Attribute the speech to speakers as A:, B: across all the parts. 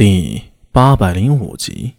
A: 第805集。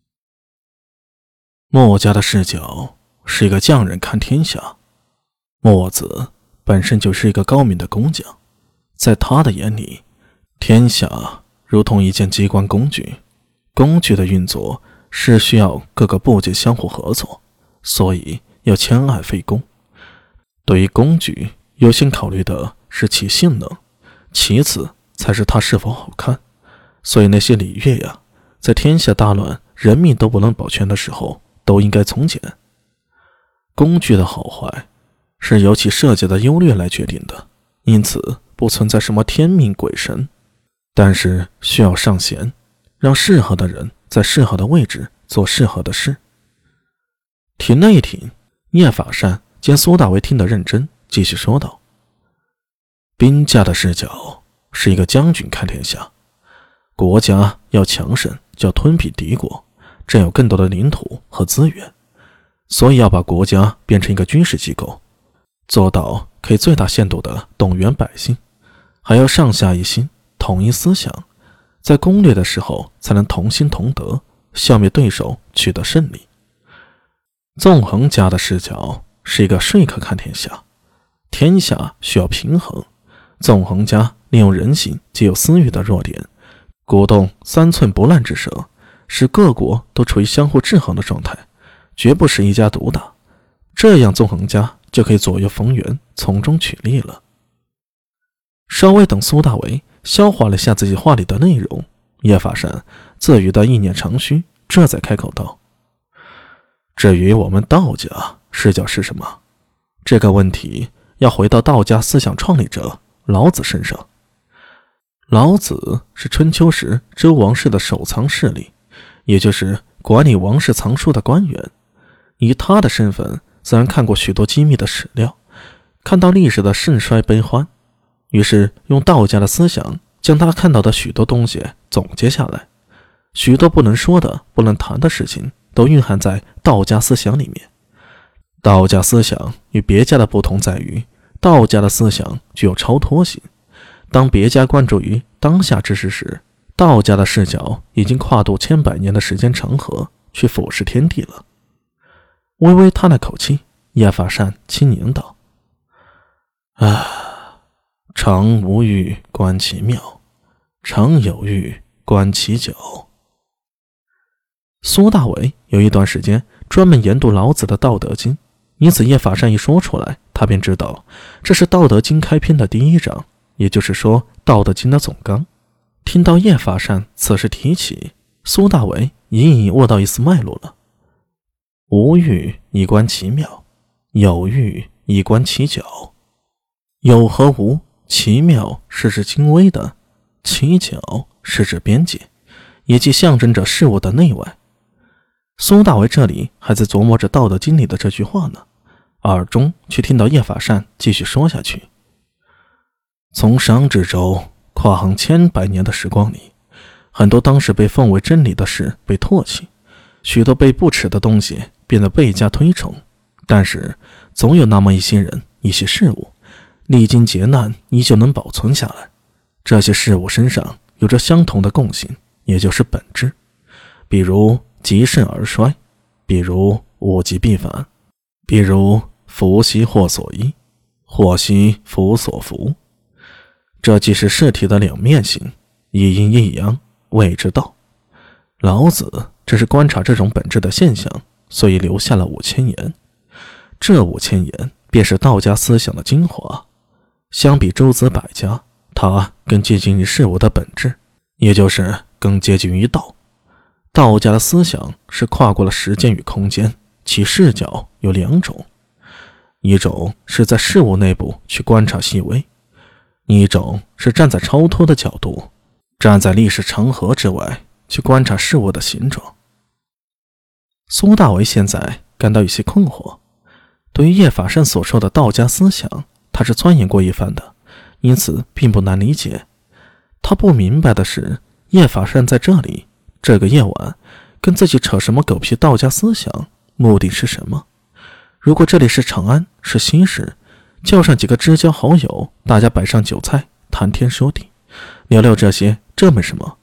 A: 墨家的视角是一个匠人看天下，墨子本身就是一个高明的工匠，在他的眼里，天下如同一件机关工具，工具的运作是需要各个部件相互合作，所以要兼爱非攻。对于工具，优先考虑的是其性能，其次才是它是否好看。所以那些礼乐呀，在天下大乱，人命都不能保全的时候，都应该从简。工具的好坏是由其设计的优劣来决定的，因此不存在什么天命鬼神，但是需要上贤，让适合的人在适合的位置做适合的事。停了一停，叶法善见苏大为听得认真，继续说道：兵家的视角是一个将军看天下，国家要强盛，就要吞并敌国，占有更多的领土和资源，所以要把国家变成一个军事机构，做到可以最大限度的动员百姓，还要上下一心，统一思想，在攻略的时候才能同心同德，消灭对手，取得胜利。纵横家的视角是一个说客看天下，天下需要平衡，纵横家利用人性既有私欲的弱点，鼓动三寸不烂之舌，使各国都处于相互制衡的状态，绝不是一家独大，这样纵横家就可以左右逢源，从中取利了。稍微等苏大为消化了下自己话里的内容，叶法善自语的意念长虚，这才开口道：至于我们道家视角是什么，这个问题要回到道家思想创立者老子身上。老子是春秋时周王室的守藏势力，也就是管理王室藏书的官员。以他的身份，自然看过许多机密的史料，看到历史的盛衰悲欢，于是用道家的思想将他看到的许多东西总结下来，许多不能说的、不能谈的事情都蕴含在道家思想里面。道家思想与别家的不同在于，道家的思想具有超脱性。当别家关注于当下之事时，道家的视角已经跨度千百年的时间长河，去俯视天地了。微微叹了口气，叶法善轻吟道：常无欲，观其妙；常有欲，观其徼。苏大为有一段时间专门研读老子的《道德经》，因此叶法善一说出来，他便知道这是《道德经》开篇的第一章，也就是说《道德经》的总纲。听到叶法善此时提起，苏大为隐隐握到一丝脉络了。无欲以观其妙，有欲以观其徼。有和无，其妙是指精微的，其徼是指边界，也即象征着事物的内外。苏大为这里还在琢磨着《道德经》里的这句话呢，耳中却听到叶法善继续说下去。从商至周，跨横千百年的时光里，很多当时被奉为真理的事被唾弃，许多被不耻的东西变得倍加推崇，但是总有那么一些人、一些事物，历经劫难依旧能保存下来。这些事物身上有着相同的共性，也就是本质，比如极盛而衰，比如物极必反，比如福兮祸所依，祸兮福所伏。这既是事体的两面性，一阴一阳，谓之道。老子只是观察这种本质的现象，所以留下了5000言。这5000言便是道家思想的精华。相比诸子百家，它更接近于事物的本质，也就是更接近于道。道家的思想是跨过了时间与空间，其视角有两种，一种是在事物内部去观察细微，一种是站在超脱的角度，站在历史长河之外去观察事物的形状。苏大为现在感到有些困惑，对于叶法善所说的道家思想，他是钻研过一番的，因此并不难理解。他不明白的是，叶法善在这里这个夜晚跟自己扯什么狗屁道家思想，目的是什么？如果这里是长安，是西市，叫上几个知交好友，大家摆上酒菜，谈天说地，聊聊这些，这没什么。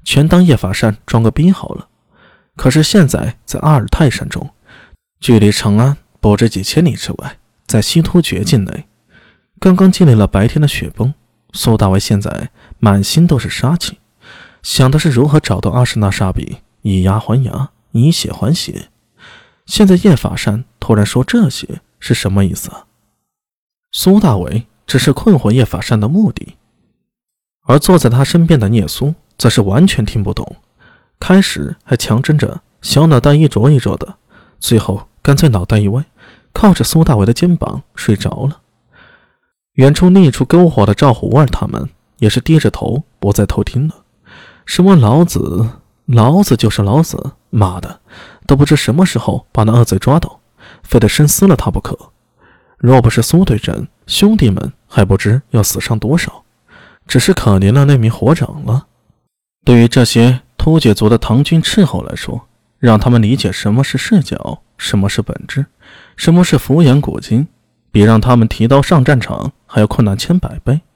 A: 全当叶法善装个逼好了。可是现在在阿尔泰山中，距离长安不知几千里之外，在西突厥境内，刚刚经历了白天的雪崩，苏大为现在满心都是杀气，想的是如何找到阿史那沙比，以牙还牙，以血还血。现在叶法善突然说这些是什么意思啊？苏大为只是困惑叶法善的目的，而坐在他身边的聂苏则是完全听不懂，开始还强撑着小脑袋一啄一啄的，最后干脆脑袋一歪，靠着苏大为的肩膀睡着了。远处另一处篝火的赵虎儿他们也是低着头不再偷听了。什么老子就是老子，妈的，都不知什么时候把那恶贼抓到，非得生撕了他不可。若不是苏队长，兄弟们还不知要死上多少，只是可怜了那名火长了。对于这些突厥族的唐军斥候来说，让他们理解什么是视角，什么是本质，什么是俯仰古今，比让他们提刀上战场还要困难千百倍。